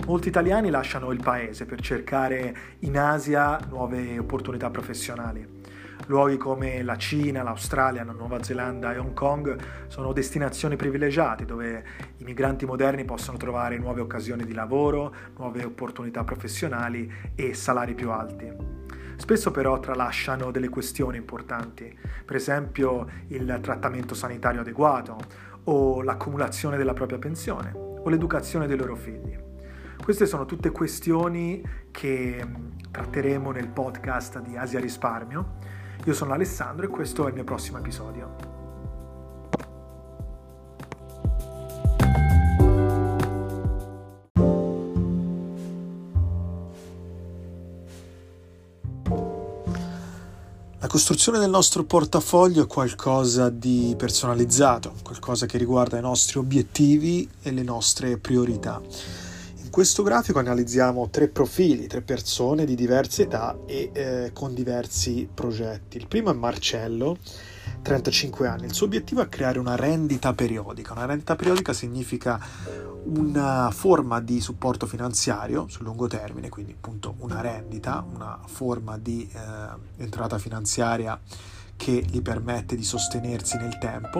Molti italiani lasciano il paese per cercare in Asia nuove opportunità professionali. Luoghi come la Cina, l'Australia, la Nuova Zelanda e Hong Kong sono destinazioni privilegiate dove i migranti moderni possono trovare nuove occasioni di lavoro, nuove opportunità professionali e salari più alti. Spesso però tralasciano delle questioni importanti, per esempio il trattamento sanitario adeguato o l'accumulazione della propria pensione o l'educazione dei loro figli. Queste sono tutte questioni che tratteremo nel podcast di Asia Risparmio. Io sono Alessandro e questo è il mio prossimo episodio. La costruzione del nostro portafoglio è qualcosa di personalizzato, qualcosa che riguarda i nostri obiettivi e le nostre priorità. In questo grafico analizziamo 3 profili, 3 persone di diverse età e con diversi progetti. Il primo è Marcello, 35 anni. Il suo obiettivo è creare una rendita periodica. Una rendita periodica significa una forma di supporto finanziario sul lungo termine, quindi appunto una rendita, una forma di entrata finanziaria che gli permette di sostenersi nel tempo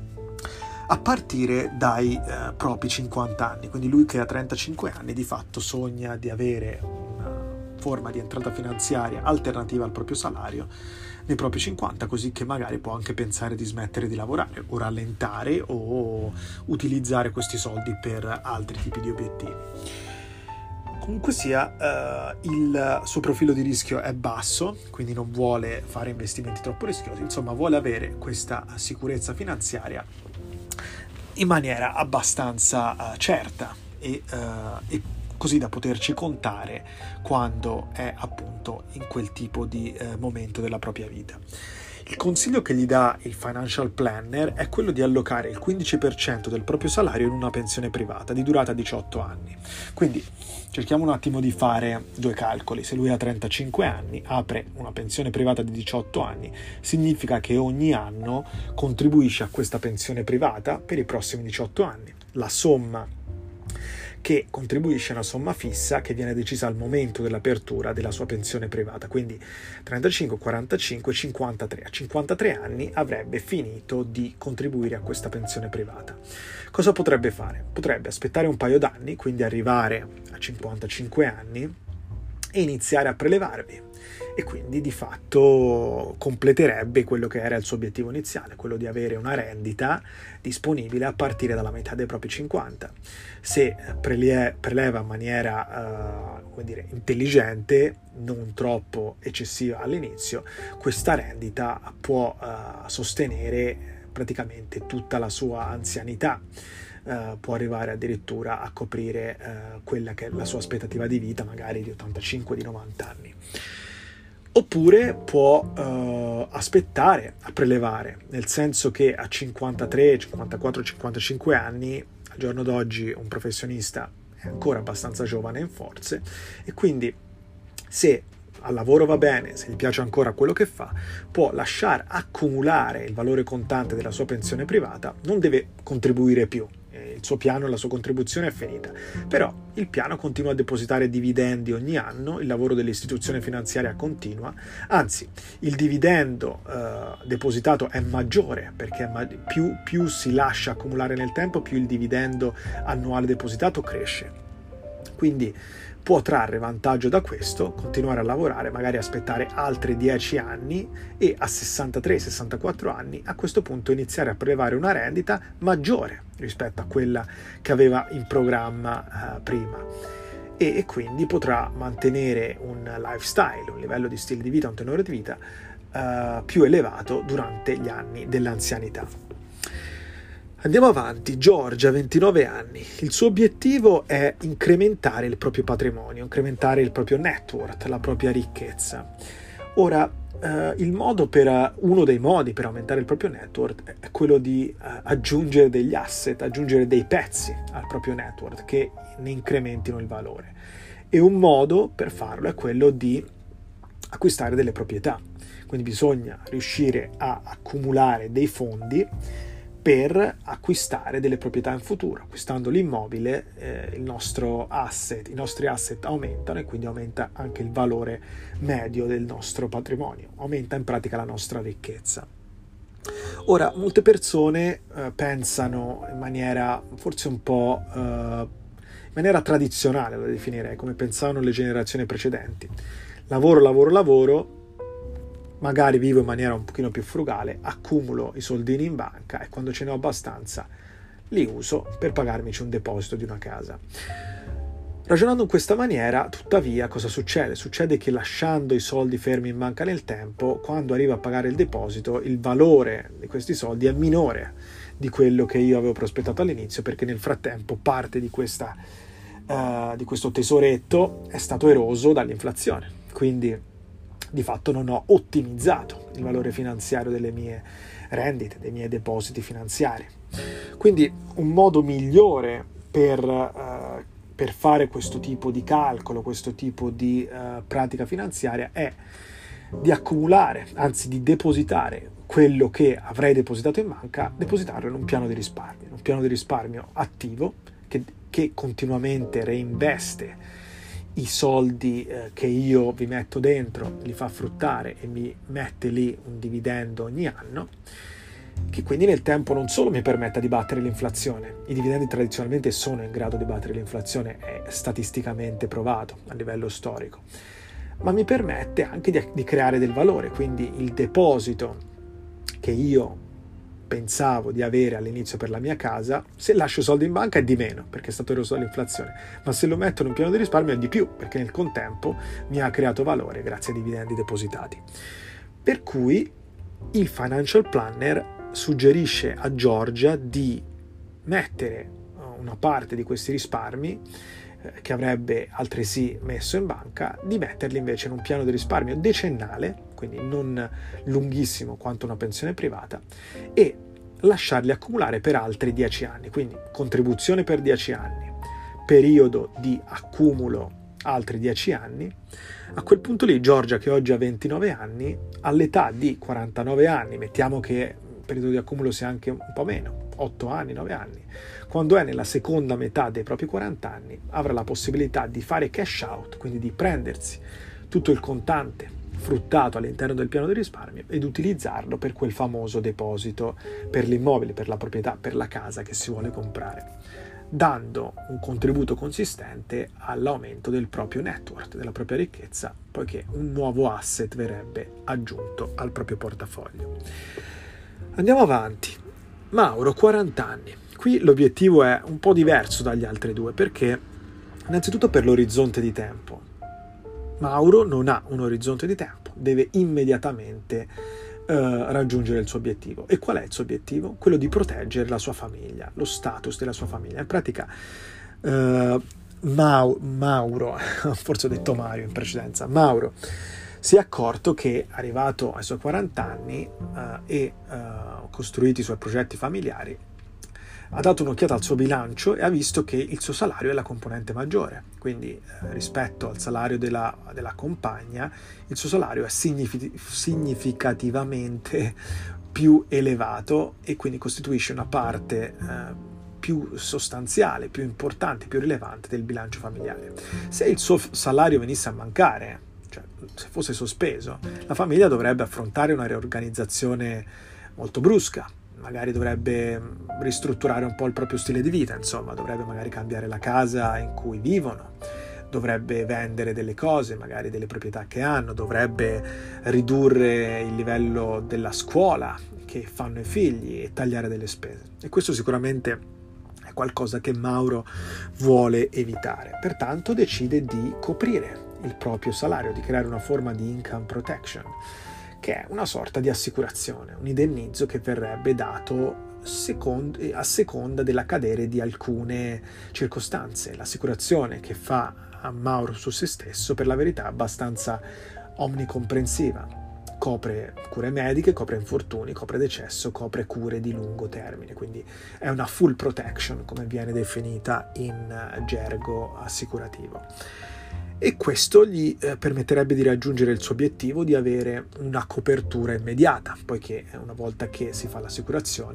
a partire dai propri 50 anni. Quindi lui che ha 35 anni di fatto sogna di avere una forma di entrata finanziaria alternativa al proprio salario nei propri 50, così che magari può anche pensare di smettere di lavorare o rallentare o utilizzare questi soldi per altri tipi di obiettivi. Comunque sia, il suo profilo di rischio è basso, quindi non vuole fare investimenti troppo rischiosi, insomma vuole avere questa sicurezza finanziaria in maniera abbastanza certa e così da poterci contare quando è appunto in quel tipo di momento della propria vita. Il consiglio che gli dà il financial planner è quello di allocare il 15% del proprio salario in una pensione privata di durata 18 anni. Quindi cerchiamo un attimo di fare 2 calcoli. Se lui ha 35 anni, apre una pensione privata di 18 anni, significa che ogni anno contribuisce a questa pensione privata per i prossimi 18 anni. La somma che contribuisce a una somma fissa che viene decisa al momento dell'apertura della sua pensione privata, quindi 35, 45, 53. A 53 anni avrebbe finito di contribuire a questa pensione privata. Cosa potrebbe fare? Potrebbe aspettare un paio d'anni, quindi arrivare a 55 anni e iniziare a prelevarvi, e quindi di fatto completerebbe quello che era il suo obiettivo iniziale, quello di avere una rendita disponibile a partire dalla metà dei propri 50. Se preleva in maniera intelligente, non troppo eccessiva all'inizio, questa rendita può sostenere praticamente tutta la sua anzianità. Può arrivare addirittura a coprire quella che è la sua aspettativa di vita, magari di 85, di 90 anni. Oppure può aspettare a prelevare, nel senso che a 53, 54, 55 anni, al giorno d'oggi un professionista è ancora abbastanza giovane in forze, e quindi se al lavoro va bene, se gli piace ancora quello che fa, può lasciare accumulare il valore contante della sua pensione privata, non deve contribuire più. Il suo piano, la sua contribuzione è finita, però il piano continua a depositare dividendi ogni anno, il lavoro dell'istituzione finanziaria continua, anzi il dividendo depositato è maggiore, perché più si lascia accumulare nel tempo, più il dividendo annuale depositato cresce. Quindi può trarre vantaggio da questo, continuare a lavorare, magari aspettare altri 10 anni e a 63-64 anni a questo punto iniziare a prelevare una rendita maggiore rispetto a quella che aveva in programma prima, e quindi potrà mantenere un lifestyle, un livello di stile di vita, un tenore di vita più elevato durante gli anni dell'anzianità. Andiamo avanti. Giorgia, 29 anni. Il suo obiettivo è incrementare il proprio patrimonio, incrementare il proprio net worth, la propria ricchezza. Ora, uno dei modi per aumentare il proprio net worth è quello di aggiungere degli asset, aggiungere dei pezzi al proprio net worth che ne incrementino il valore. E un modo per farlo è quello di acquistare delle proprietà. Quindi bisogna riuscire a accumulare dei fondi per acquistare delle proprietà in futuro. Acquistando l'immobile, i nostri asset aumentano e quindi aumenta anche il valore medio del nostro patrimonio, aumenta in pratica la nostra ricchezza. Ora, molte persone pensano in maniera forse un po' in maniera tradizionale, lo definirei, come pensavano le generazioni precedenti. Lavoro, magari vivo in maniera un pochino più frugale, accumulo i soldini in banca e quando ce ne ho abbastanza li uso per pagarmici un deposito di una casa. Ragionando in questa maniera, tuttavia, cosa succede? Succede che lasciando i soldi fermi in banca nel tempo, quando arrivo a pagare il deposito, il valore di questi soldi è minore di quello che io avevo prospettato all'inizio, perché nel frattempo parte di questo tesoretto è stato eroso dall'inflazione. Quindi di fatto non ho ottimizzato il valore finanziario delle mie rendite, dei miei depositi finanziari. Quindi un modo migliore per fare questo tipo di calcolo, questo tipo di pratica finanziaria è di accumulare, anzi di depositare quello che avrei depositato in banca, depositarlo in un piano di risparmio attivo che continuamente reinveste i soldi che io vi metto dentro, li fa fruttare e mi mette lì un dividendo ogni anno, che quindi nel tempo non solo mi permetta di battere l'inflazione, i dividendi tradizionalmente sono in grado di battere l'inflazione, è statisticamente provato a livello storico, ma mi permette anche di creare del valore, quindi il deposito che io pensavo di avere all'inizio per la mia casa, se lascio soldi in banca è di meno perché è stato eroso dall'inflazione, ma se lo metto in un piano di risparmio è di più perché nel contempo mi ha creato valore grazie ai dividendi depositati. Per cui il financial planner suggerisce a Giorgia di mettere una parte di questi risparmi che avrebbe altresì messo in banca, di metterli invece in un piano di risparmio decennale, quindi non lunghissimo quanto una pensione privata, e lasciarli accumulare per altri 10 anni, quindi contribuzione per 10 anni, periodo di accumulo altri 10 anni. A quel punto lì Giorgia, che oggi ha 29 anni, all'età di 49 anni, mettiamo che il periodo di accumulo sia anche un po' meno, 8 anni, 9 anni, quando è nella seconda metà dei propri 40 anni, avrà la possibilità di fare cash out, quindi di prendersi tutto il contante fruttato all'interno del piano di risparmio ed utilizzarlo per quel famoso deposito per l'immobile, per la proprietà, per la casa che si vuole comprare, dando un contributo consistente all'aumento del proprio net worth, della propria ricchezza, poiché un nuovo asset verrebbe aggiunto al proprio portafoglio. Andiamo avanti. Mauro, 40 anni. Qui l'obiettivo è un po' diverso dagli altri due, perché innanzitutto per l'orizzonte di tempo. Mauro non ha un orizzonte di tempo, deve immediatamente raggiungere il suo obiettivo. E qual è il suo obiettivo? Quello di proteggere la sua famiglia, lo status della sua famiglia. In pratica Mauro, forse ho detto Mario in precedenza, Mauro si è accorto che arrivato ai suoi 40 anni e costruiti i suoi progetti familiari, ha dato un'occhiata al suo bilancio e ha visto che il suo salario è la componente maggiore, quindi rispetto al salario della compagna il suo salario è significativamente più elevato e quindi costituisce una parte più sostanziale, più importante, più rilevante del bilancio familiare. Se il suo salario venisse a mancare, cioè se fosse sospeso, la famiglia dovrebbe affrontare una riorganizzazione molto brusca, magari dovrebbe ristrutturare un po' il proprio stile di vita, insomma, dovrebbe magari cambiare la casa in cui vivono, dovrebbe vendere delle cose, magari delle proprietà che hanno, dovrebbe ridurre il livello della scuola che fanno i figli e tagliare delle spese. E questo sicuramente è qualcosa che Mauro vuole evitare. Pertanto decide di coprire il proprio salario, di creare una forma di income protection, che è una sorta di assicurazione, un indennizzo che verrebbe dato a seconda dell'accadere di alcune circostanze. L'assicurazione che fa a Mauro su se stesso, per la verità, è abbastanza omnicomprensiva. Copre cure mediche, copre infortuni, copre decesso, copre cure di lungo termine, quindi è una full protection, come viene definita in gergo assicurativo. E questo gli permetterebbe di raggiungere il suo obiettivo di avere una copertura immediata, poiché una volta che si fa l'assicurazione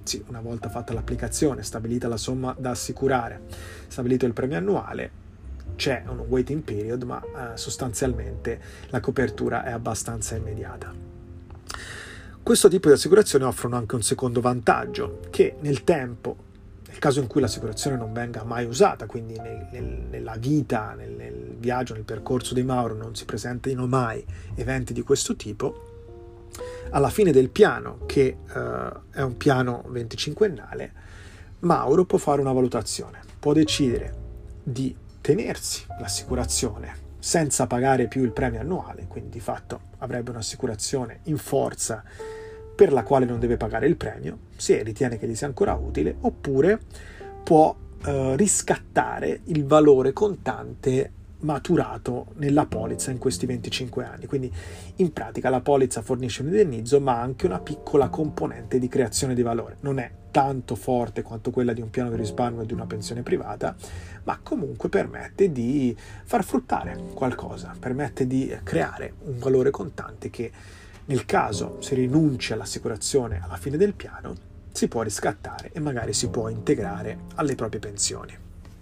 sì, una volta fatta l'applicazione, stabilita la somma da assicurare, stabilito il premio annuale, c'è un waiting period, ma sostanzialmente la copertura è abbastanza immediata. Questo tipo di assicurazioni offrono anche un secondo vantaggio, che nel tempo, nel caso in cui l'assicurazione non venga mai usata, quindi nella vita, nel viaggio, nel percorso di Mauro non si presentino mai eventi di questo tipo, alla fine del piano, che è un piano 25ennale, Mauro può fare una valutazione, può decidere di tenersi l'assicurazione senza pagare più il premio annuale, quindi di fatto avrebbe un'assicurazione in forza per la quale non deve pagare il premio, se ritiene che gli sia ancora utile, oppure può riscattare il valore contante maturato nella polizza in questi 25 anni. Quindi in pratica la polizza fornisce un indennizzo, ma anche una piccola componente di creazione di valore. Non è tanto forte quanto quella di un piano di risparmio o di una pensione privata, ma comunque permette di far fruttare qualcosa, permette di creare un valore contante che, nel caso si rinunci all'assicurazione alla fine del piano, si può riscattare e magari si può integrare alle proprie pensioni.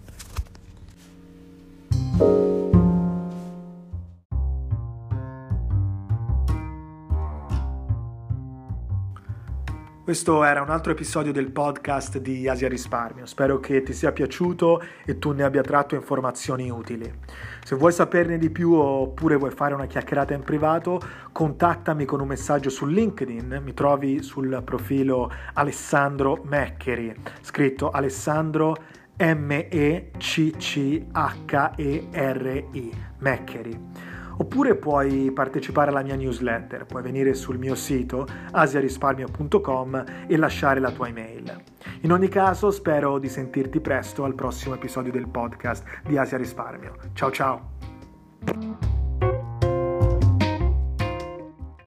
Questo era un altro episodio del podcast di Asia Risparmio. Spero che ti sia piaciuto e tu ne abbia tratto informazioni utili. Se vuoi saperne di più oppure vuoi fare una chiacchierata in privato, contattami con un messaggio su LinkedIn. Mi trovi sul profilo Alessandro Meccheri, scritto Alessandro Meccheri, Meccheri. Oppure puoi partecipare alla mia newsletter, puoi venire sul mio sito asiarisparmio.com e lasciare la tua email. In ogni caso, spero di sentirti presto al prossimo episodio del podcast di Asia Risparmio. Ciao ciao!